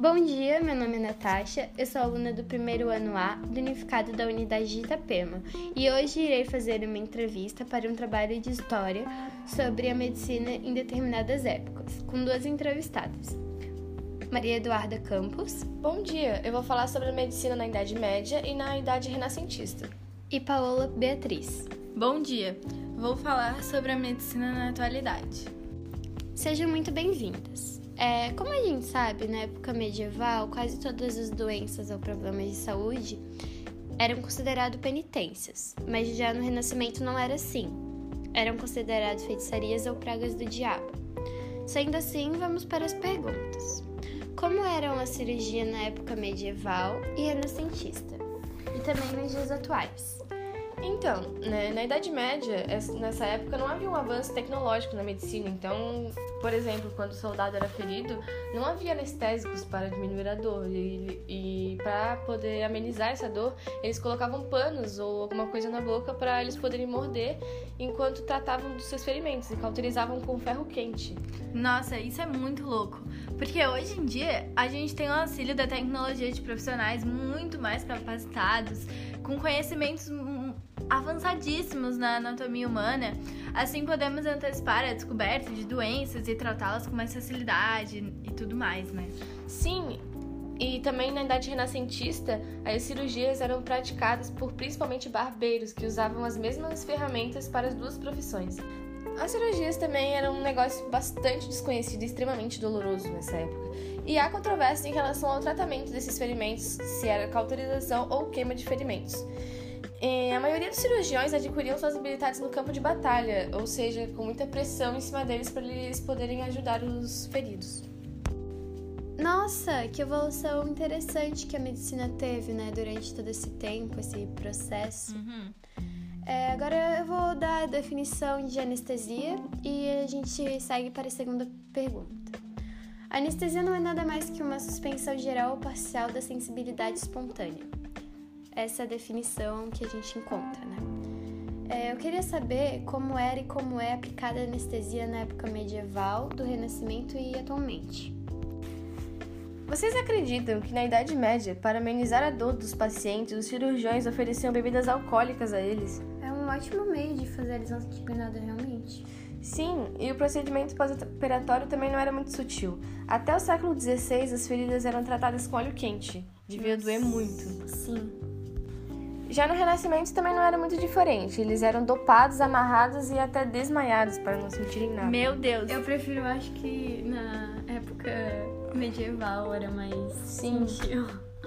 Bom dia, meu nome é Natasha, eu sou aluna do primeiro ano A do Unificado da Unidade de Itapema e hoje irei fazer uma entrevista para um trabalho de história sobre a medicina em determinadas épocas, com duas entrevistadas. Maria Eduarda Campos. Bom dia, eu vou falar sobre a medicina na Idade Média e na Idade Renascentista. E Paola Beatriz. Bom dia, vou falar sobre a medicina na atualidade. Sejam muito bem-vindas. Como a gente sabe, na época medieval, quase todas as doenças ou problemas de saúde eram considerados penitências, mas já no Renascimento não era assim. Eram considerados feitiçarias ou pragas do diabo. Sendo assim, vamos para as perguntas. Como eram a cirurgia na época medieval e renascentista? E também nos dias atuais? Então, na Idade Média, nessa época não havia um avanço tecnológico na medicina. Então, por exemplo, quando o soldado era ferido, não havia anestésicos para diminuir a dor. E para poder amenizar essa dor, eles colocavam panos ou alguma coisa na boca para eles poderem morder enquanto tratavam dos seus ferimentos e cauterizavam com ferro quente. Nossa, isso é muito louco, porque hoje em dia a gente tem o auxílio da tecnologia de profissionais muito mais capacitados, com conhecimentos avançadíssimos na anatomia humana. Assim podemos antecipar a descoberta de doenças e tratá-las com mais facilidade e tudo mais, né? Sim, e também na Idade Renascentista, as cirurgias eram praticadas por principalmente barbeiros, que usavam as mesmas ferramentas para as duas profissões. As cirurgias também eram um negócio bastante desconhecido e extremamente doloroso nessa época. E há controvérsia em relação ao tratamento desses ferimentos, se era cauterização ou queima de ferimentos. A maioria dos cirurgiões adquiriam suas habilidades no campo de batalha, ou seja, com muita pressão em cima deles para eles poderem ajudar os feridos. Nossa, que evolução interessante que a medicina teve, né, durante todo esse tempo, esse processo. Agora eu vou dar a definição de anestesia e a gente segue para a segunda pergunta. A anestesia não é nada mais que uma suspensão geral ou parcial da sensibilidade espontânea. Essa é a definição que a gente encontra, né? Eu queria saber como era e como é aplicada a anestesia na época medieval, do Renascimento e atualmente. Vocês acreditam que na Idade Média, para amenizar a dor dos pacientes, os cirurgiões ofereciam bebidas alcoólicas a eles? É um ótimo meio de fazer eles não sentirem nada realmente. Sim, e o procedimento pós-operatório também não era muito sutil. Até o século XVI, as feridas eram tratadas com óleo quente. Devia doer muito. Sim. Já no Renascimento também não era muito diferente. Eles eram dopados, amarrados e até desmaiados para não sentirem nada. Meu Deus! Eu prefiro, acho que na época medieval era mais sutil.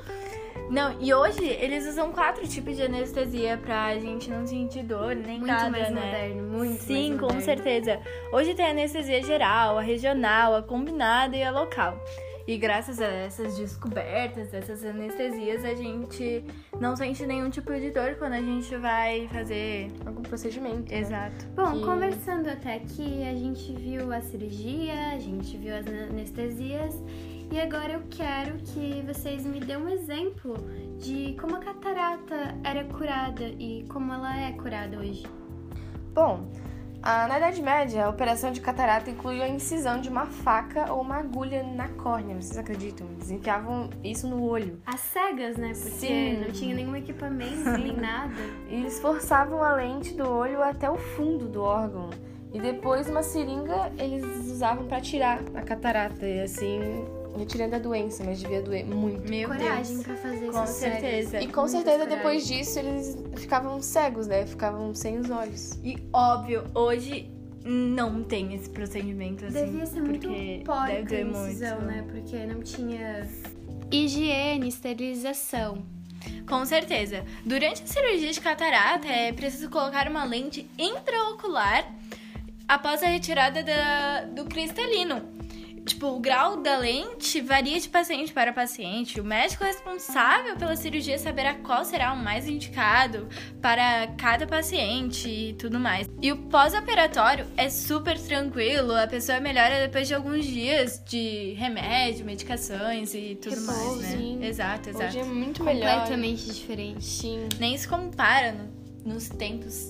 Não, e hoje eles usam 4 tipos de anestesia pra gente não sentir dor, nem muito nada, mais né? Moderno, muito Sim, mais moderno. com certeza. Hoje tem a anestesia geral, a regional, a combinada e a local. E graças a essas descobertas, essas anestesias, a gente não sente nenhum tipo de dor quando a gente vai fazer algum procedimento. Né? Exato. Bom, conversando até aqui, a gente viu a cirurgia, a gente viu as anestesias e agora eu quero que vocês me dêem um exemplo de como a catarata era curada e como ela é curada hoje. Bom, na Idade Média, a operação de catarata incluiu a incisão de uma faca ou uma agulha na córnea, vocês acreditam? Eles enfiavam isso no olho. Às cegas, né? Porque Sim. não tinha nenhum equipamento, nem nada. E eles forçavam a lente do olho até o fundo do órgão. E depois, uma seringa, eles usavam para tirar a catarata e assim, retirando a doença, mas devia doer muito. Meu Coragem Deus. pra fazer isso. Com certeza. E com certeza depois disso eles ficavam cegos, né? Ficavam sem os olhos. E óbvio, hoje não tem esse procedimento assim. Devia ser muito porca deve doer a incisão, muito. né? Porque não tinha higiene, esterilização. Com certeza. Durante a cirurgia de catarata, é preciso colocar uma lente intraocular após a retirada do cristalino. Tipo, o grau da lente varia de paciente para paciente. O médico responsável pela cirurgia saberá qual será o mais indicado para cada paciente e tudo mais. E o pós-operatório é super tranquilo, a pessoa melhora depois de alguns dias de remédio, medicações e tudo mais, né? Sim. Exato. Hoje é muito melhor. Completamente diferente. Sim. Nem se compara nos tempos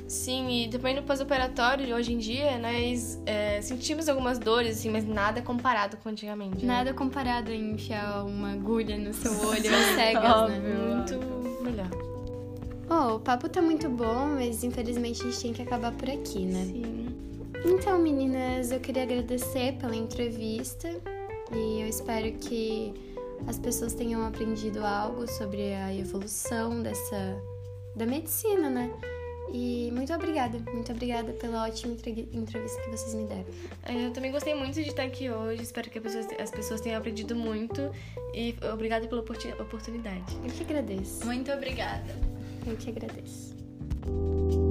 Sim, e também no pós-operatório, hoje em dia, nós sentimos algumas dores, assim, mas nada comparado com antigamente. Nada comparado a enfiar uma agulha no seu olho às cegas, né? Muito melhor. O papo tá muito bom, mas infelizmente a gente tem que acabar por aqui, né? Sim. Então, meninas, eu queria agradecer pela entrevista e eu espero que as pessoas tenham aprendido algo sobre a evolução da medicina, né? E muito obrigada pela ótima entrevista que vocês me deram. Eu também gostei muito de estar aqui hoje, espero que as pessoas tenham aprendido muito e obrigada pela oportunidade. Eu que agradeço. Muito obrigada. Eu que agradeço.